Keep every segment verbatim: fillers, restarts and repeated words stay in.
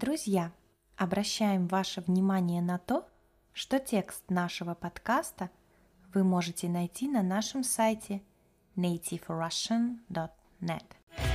Друзья, обращаем ваше внимание на то, что текст нашего подкаста вы можете найти на нашем сайте нейтив рассиан точка нет.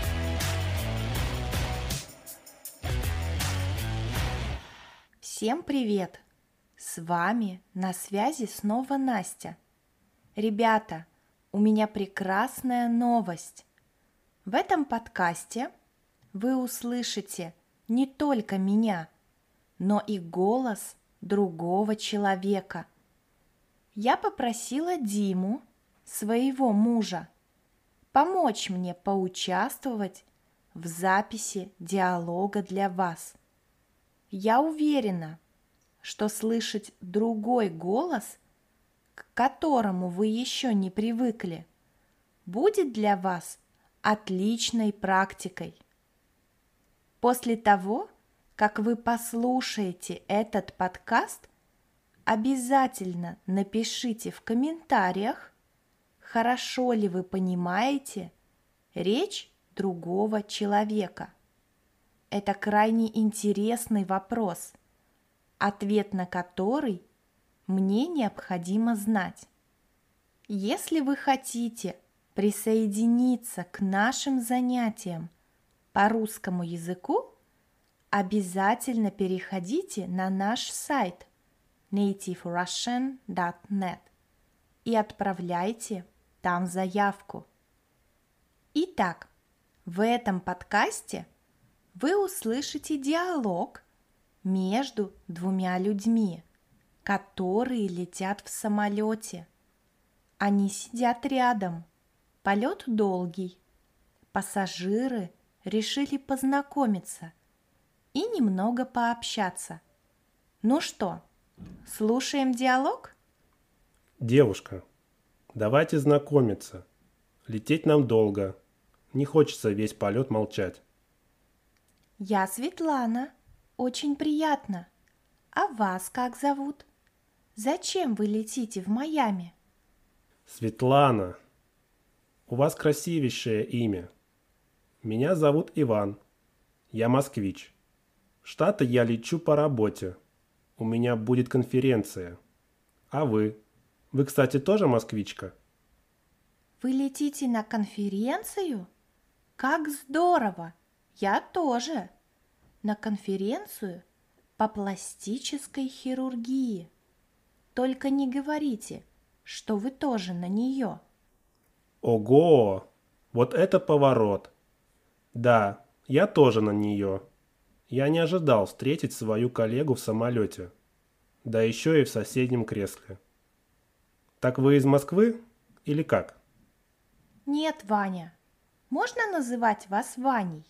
Всем привет! С вами на связи снова Настя. Ребята, у меня прекрасная новость. В этом подкасте вы услышите не только меня, но и голос другого человека. Я попросила Диму, своего мужа, помочь мне поучаствовать в записи диалога для вас. Я уверена, что слышать другой голос, к которому вы еще не привыкли, будет для вас отличной практикой. После того, как вы послушаете этот подкаст, обязательно напишите в комментариях, хорошо ли вы понимаете речь другого человека. Это крайне интересный вопрос, ответ на который мне необходимо знать. Если вы хотите присоединиться к нашим занятиям по русскому языку, обязательно переходите на наш сайт нейтив рассиан точка нет и отправляйте там заявку. Итак, в этом подкасте вы услышите диалог между двумя людьми, которые летят в самолете. Они сидят рядом, полет долгий, пассажиры решили познакомиться и немного пообщаться. Ну что, слушаем диалог? Девушка, давайте знакомиться. Лететь нам долго. Не хочется весь полет молчать. Я Светлана. Очень приятно. А вас как зовут? Зачем вы летите в Майами? Светлана, у вас красивейшее имя. Меня зовут Иван. Я москвич. В Штаты я лечу по работе. У меня будет конференция. А вы? Вы, кстати, тоже москвичка? Вы летите на конференцию? Как здорово! Я тоже. На конференцию по пластической хирургии. Только не говорите, что вы тоже на нее. Ого! Вот это поворот! Да, я тоже на нее. Я не ожидал встретить свою коллегу в самолете. Да еще и в соседнем кресле. Так вы из Москвы или как? Нет, Ваня. Можно называть вас Ваней?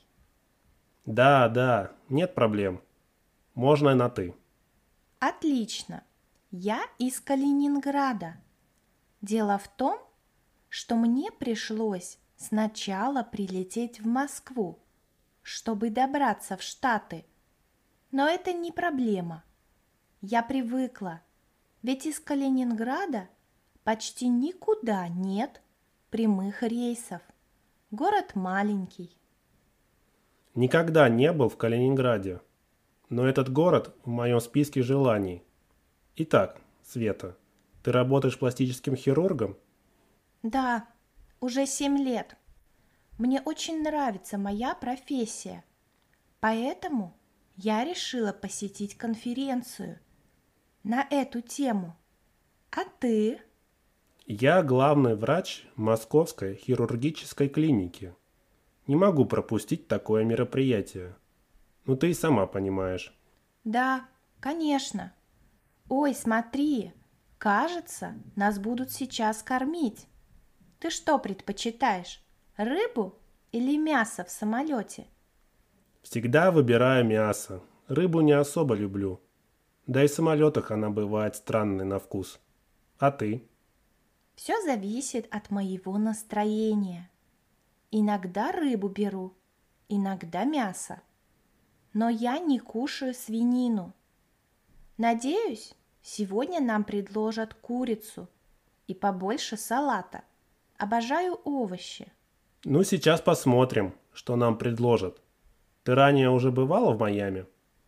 Да, да, нет проблем. Можно и на «ты». Отлично. Я из Калининграда. Дело в том, что мне пришлось сначала прилететь в Москву, чтобы добраться в Штаты. Но это не проблема. Я привыкла, ведь из Калининграда почти никуда нет прямых рейсов. Город маленький. Никогда не был в Калининграде, но этот город в моем списке желаний. Итак, Света, ты работаешь пластическим хирургом? Да, уже семь лет. Мне очень нравится моя профессия, поэтому я решила посетить конференцию на эту тему. А ты? Я главный врач Московской хирургической клиники. Не могу пропустить такое мероприятие. Ну ты и сама понимаешь. Да, конечно. Ой, смотри, кажется, нас будут сейчас кормить. Ты что предпочитаешь, рыбу или мясо в самолете? Всегда выбираю мясо. Рыбу не особо люблю. Да и в самолетах она бывает странной на вкус. А ты? Все зависит от моего настроения. Иногда рыбу беру, иногда мясо. Но я не кушаю свинину. Надеюсь, сегодня нам предложат курицу и побольше салата. Обожаю овощи. Ну, сейчас посмотрим, что нам предложат. Ты ранее уже бывала в Майами?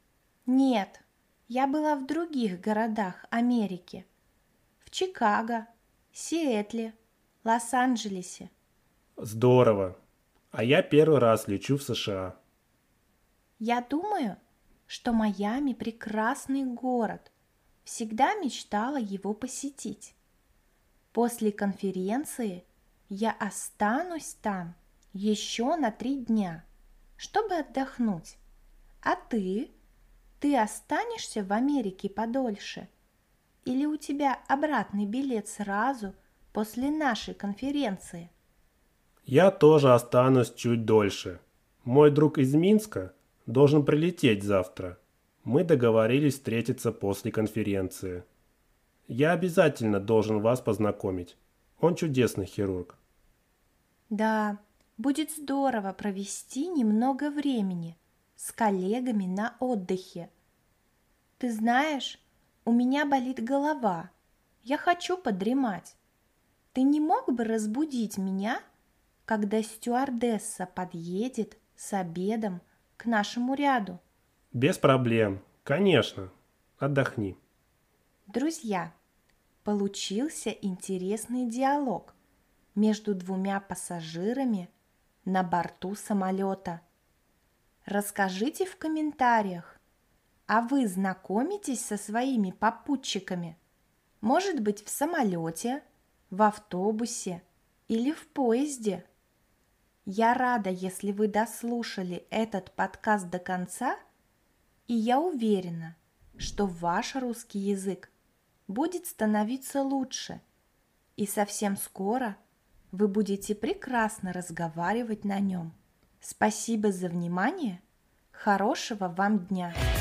Нет, я была в других городах Америки. В Чикаго, Сиэтле, Лос-Анджелесе. Здорово. А я первый раз лечу в США. Я думаю, что Майами прекрасный город. Всегда мечтала его посетить. После конференции я останусь там еще на три дня, чтобы отдохнуть. А ты? Ты останешься в Америке подольше? Или у тебя обратный билет сразу после нашей конференции? Я тоже останусь чуть дольше. Мой друг из Минска должен прилететь завтра. Мы договорились встретиться после конференции. Я обязательно должен вас познакомить. Он чудесный хирург. Да, будет здорово провести немного времени с коллегами на отдыхе. Ты знаешь, у меня болит голова. Я хочу подремать. Ты не мог бы разбудить меня, когда стюардесса подъедет с обедом к нашему ряду? Без проблем. Конечно. Отдохни. Друзья, получился интересный диалог между двумя пассажирами на борту самолета. Расскажите в комментариях, а вы знакомитесь со своими попутчиками? Может быть, в самолете, в автобусе или в поезде? Я рада, если вы дослушали этот подкаст до конца, и я уверена, что ваш русский язык будет становиться лучше, и совсем скоро вы будете прекрасно разговаривать на нем. Спасибо за внимание, хорошего вам дня!